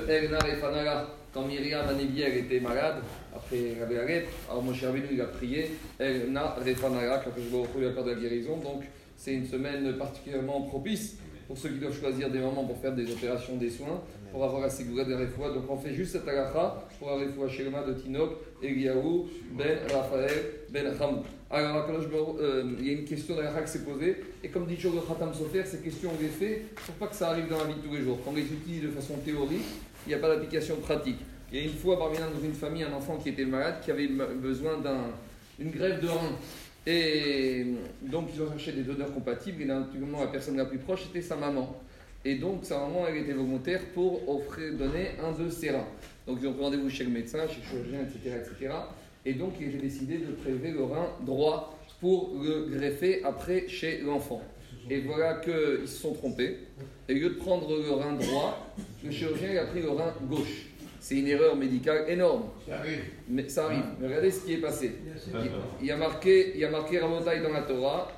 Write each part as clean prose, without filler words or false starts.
Elna Refanala, quand Myriam Anébi, elle était malade, après elle avait la lèpre, alors Moshe Rabbeinu il a prié, Elna Refanala, quand je lui accorde la guérison. Donc c'est une semaine particulièrement propice pour ceux qui doivent choisir des moments pour faire des opérations, des soins, pour avoir la ségoura de la refoua. Donc on fait juste cette halakha pour la refoua Shelema de Tinok, Eliyahu, Ben Raphaël, Ben Hamou. Alors il y a une question d'halakha qui s'est posée, et comme dit toujours le Khatam Sofer, ces questions on les fait pour pas que ça arrive dans la vie de tous les jours. Quand on les utilise de façon théorique, il n'y a pas d'application pratique. Il y a une fois parmi dans une famille un enfant qui était malade, qui avait besoin d'une greffe de rein. Et donc ils ont cherché des donneurs compatibles, et naturellement la personne la plus proche était sa maman. Et donc sa maman elle était volontaire pour donner un de ses reins. Donc ils ont pris rendez-vous chez le médecin, chez le chirurgien, etc. Et donc il était décidé de prélever le rein droit pour le greffer après chez l'enfant. Et voilà qu'ils se sont trompés. Et au lieu de prendre le rein droit, le chirurgien il a pris le rein gauche. C'est une erreur médicale énorme. Ça arrive. Mais ça arrive. Mais regardez ce qui est passé. Il y a marqué Rabotai dans la Torah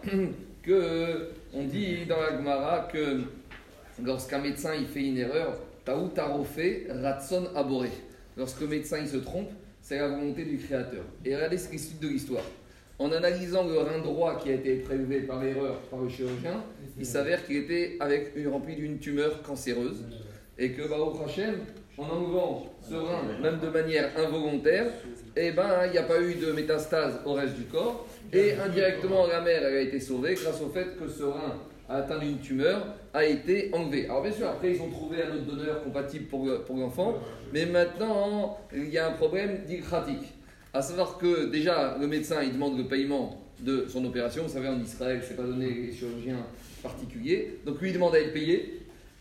on dit dans la Gemara que lorsqu'un médecin il fait une erreur, Taou Tarofé Ratson Aboré. Lorsque le médecin il se trompe, c'est la volonté du Créateur. Et regardez ce qui est suite de l'histoire. En analysant le rein droit qui a été prélevé par erreur par le chirurgien, il s'avère qu'il était rempli d'une tumeur cancéreuse. Et que Baruch Hashem, en enlevant ce rein, même de manière involontaire, il n'y a pas eu de métastase au reste du corps. Et indirectement, la mère elle a été sauvée grâce au fait que ce rein atteint d'une tumeur a été enlevé. Alors bien sûr, après, ils ont trouvé un autre donneur compatible pour l'enfant. Mais maintenant, il y a un problème d'ilkratique. À savoir que déjà, le médecin, il demande le paiement de son opération. Vous savez, en Israël, c'est pas donné les chirurgiens particuliers. Donc lui, il demande à être payé.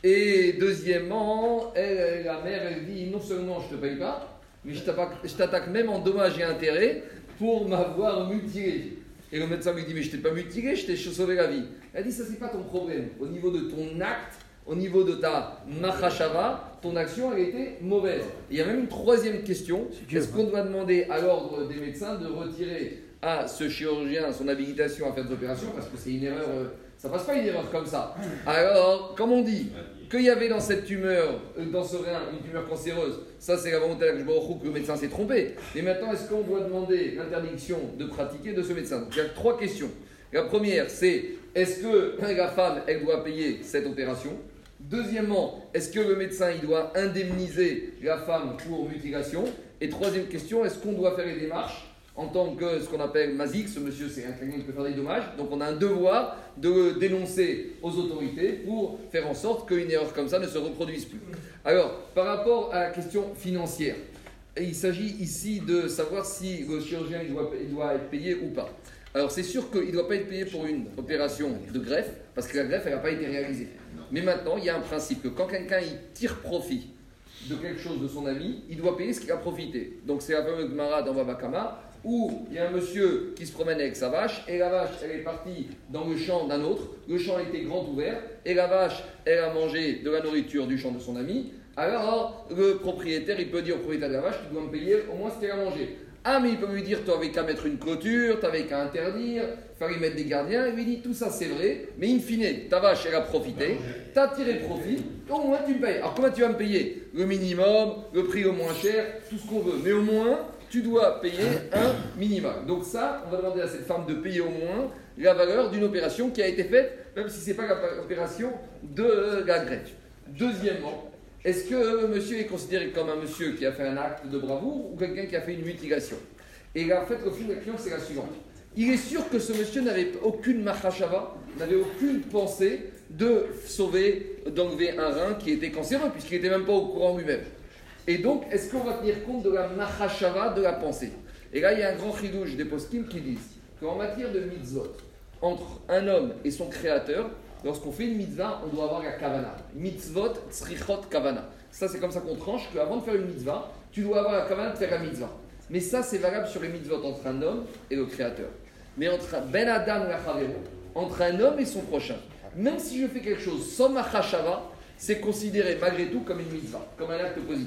Et deuxièmement, la mère, elle dit non seulement je ne te paye pas, mais je t'attaque même en dommages et intérêts pour m'avoir mutilé. Et le médecin lui dit mais je ne t'ai pas mutilé, je t'ai sauvé la vie. Elle dit ça c'est pas ton problème. Au niveau de ton acte, au niveau de ta machashava, ton action elle était mauvaise. Et il y a même une troisième question. Est-ce qu'on doit demander à l'ordre des médecins de retirer à ce chirurgien son habilitation à faire des opérations parce que c'est une erreur. Ça passe pas une erreur comme ça. Alors, comme on dit, qu'il y avait dans cette tumeur, dans ce rein, une tumeur cancéreuse, ça c'est la volonté que le médecin s'est trompé. Et maintenant, est-ce qu'on doit demander l'interdiction de pratiquer de ce médecin? Donc il y a trois questions. La première, c'est est-ce que la femme, elle doit payer cette opération? Deuxièmement, est-ce que le médecin, il doit indemniser la femme pour mutilation? Et troisième question, est-ce qu'on doit faire les démarches en tant que ce qu'on appelle mazik, ce monsieur c'est un quelqu'un qui peut faire des dommages, donc on a un devoir de le dénoncer aux autorités pour faire en sorte qu'une erreur comme ça ne se reproduise plus. Alors, par rapport à la question financière, il s'agit ici de savoir si le chirurgien il doit être payé ou pas. Alors c'est sûr qu'il ne doit pas être payé pour une opération de greffe, parce que la greffe elle n'a pas été réalisée. Mais maintenant, il y a un principe que quand quelqu'un il tire profit de quelque chose de son ami, il doit payer ce qu'il a profité. Donc c'est la fameuse Gemara dans Baba Kama, où il y a un monsieur qui se promène avec sa vache, et la vache, elle est partie dans le champ d'un autre, le champ était grand ouvert, et la vache, elle a mangé de la nourriture du champ de son ami, alors le propriétaire, il peut dire au propriétaire de la vache, tu dois me payer au moins ce qu'elle a mangé. Ah, mais il peut lui dire, tu n'avais qu'à mettre une clôture, tu n'avais qu'à interdire, faire y mettre des gardiens, il lui dit, tout ça c'est vrai, mais in fine, ta vache, elle a profité, tu as tiré profit, au moins tu me payes. Alors comment tu vas me payer? Le minimum, le prix le moins cher, tout ce qu'on veut, mais au moins, tu dois payer un minimum. Donc ça, on va demander à cette femme de payer au moins la valeur d'une opération qui a été faite, même si ce n'est pas l'opération de la greffe. Deuxièmement, est-ce que le monsieur est considéré comme un monsieur qui a fait un acte de bravoure ou quelqu'un qui a fait une mutilation? Et là, en fait, le fond de la question, c'est la suivante. Il est sûr que ce monsieur n'avait aucune machashava, n'avait aucune pensée de sauver, d'enlever un rein qui était cancéreux, puisqu'il n'était même pas au courant lui-même. Et donc, est-ce qu'on va tenir compte de la machashava, de la pensée? Et là, il y a un grand chidouche des poskim qui disent qu'en matière de mitzvot, entre un homme et son créateur, lorsqu'on fait une mitzvah, on doit avoir la kavana. Mitzvot, tzrichot, kavana. Ça, c'est comme ça qu'on tranche qu'avant de faire une mitzvah, tu dois avoir la kavana de faire la mitzvah. Mais ça, c'est valable sur les mitzvot entre un homme et le créateur. Mais entre Ben Adam et Achavero, entre un homme et son prochain, même si je fais quelque chose sans machashava, c'est considéré malgré tout comme une mitzvah, comme un acte positif.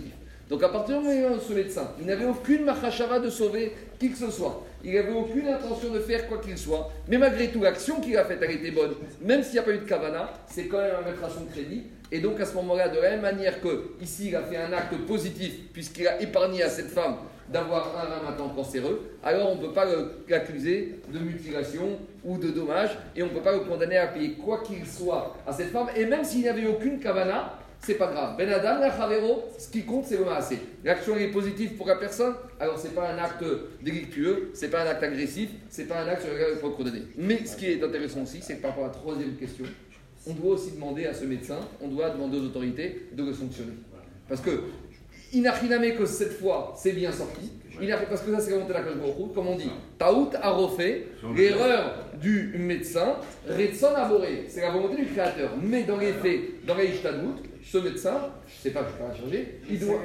Donc à partir du moment où ce médecin, il n'avait aucune machashava de sauver qui que ce soit, il n'avait aucune intention de faire quoi qu'il soit, mais malgré tout, l'action qu'il a faite, elle était bonne, même s'il n'y a pas eu de kavana, c'est quand même à mettre à son crédit. Et donc à ce moment-là, de la même manière que ici il a fait un acte positif, puisqu'il a épargné à cette femme d'avoir un rein maintenant cancéreux, alors on ne peut pas l'accuser de mutilation ou de dommage, et on ne peut pas le condamner à payer quoi qu'il soit à cette femme, et même s'il n'y avait aucune kavana, c'est pas grave. Ben Adam, la Chavero, ce qui compte, c'est le maasé. L'action est positive pour la personne, alors c'est pas un acte délictueux, c'est pas un acte agressif, c'est pas un acte sur lequel il faut condamner. Mais ce qui est intéressant aussi, c'est que par rapport à la troisième question, on doit aussi demander à ce médecin, on doit demander aux autorités de le sanctionner. Parce que, inachiname que cette fois, c'est bien sorti. Parce que ça, c'est la volonté de la Kajbourou. Comme on dit, Taout a refait, l'erreur du médecin, Retson a boré. C'est la volonté du créateur. Mais dans les faits, dans les Ishtadout, ce médecin, je ne sais pas, je ne vais pas la changer, il doit.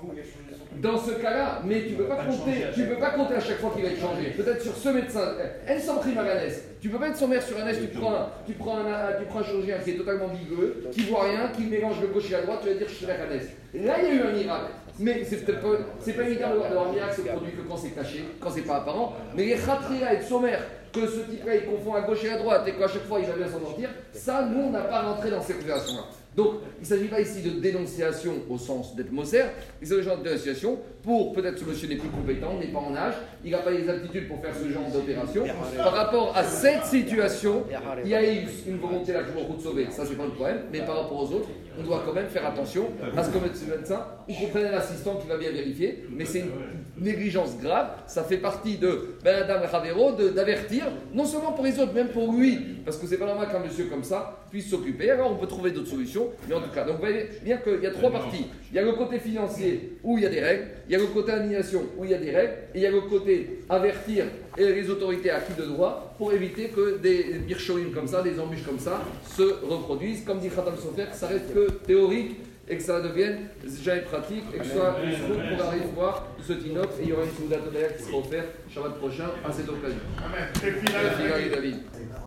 Dans ce cas-là, mais tu ne peux pas compter à chaque fois qu'il va être changé. Peut-être sur ce médecin, elle s'en prime à l'ANES. Tu ne peux pas être sommaire sur l'ANES, tu prends un chirurgien qui est totalement bigueux, qui ne voit rien, qui mélange le gauche et la droite, tu vas dire je suis la l'ANES. Là, il y a eu un miracle. Mais c'est peut-être pas évident de voir un miracle se produit que quand c'est caché, quand c'est pas apparent. Mais les khatria être sommaire, que ce type-là il confond à gauche et à droite et qu'à chaque fois il va bien s'en sortir, ça, nous, on n'a pas rentré dans ces considérations-là. Donc, il ne s'agit pas ici de dénonciation au sens d'être Moser, il s'agit de dénonciation pour peut-être ce monsieur n'est plus compétent, n'est pas en âge, il n'a pas les aptitudes pour faire ce genre d'opération. Par rapport à cette situation, il y a eu une volonté là pour de sauver, ça c'est pas le problème, mais par rapport aux autres, on doit quand même faire attention à ce que le médecin ou qu'on prenne un assistant qui va bien vérifier, mais c'est une négligence grave, ça fait partie de Madame Ravero d'avertir, non seulement pour les autres, même pour lui, parce que c'est pas normal qu'un monsieur comme ça puisse s'occuper, alors on peut trouver d'autres solutions, mais en tout cas, donc vous voyez bien qu'il y a trois parties. Il y a le côté financier où il y a des règles, il y a le côté annihilation où il y a des règles, et il y a le côté avertir les autorités à qui de droit pour éviter que des birchoïm comme ça, des embûches comme ça se reproduisent. Comme dit Khatam Sofer, ça reste que théorique et que ça devienne jamais pratique et que ce soit une route pour arriver à voir ce Tinok et il y aura une Souda Todaya qui sera offerte Shabbat prochain à cette occasion. Amen.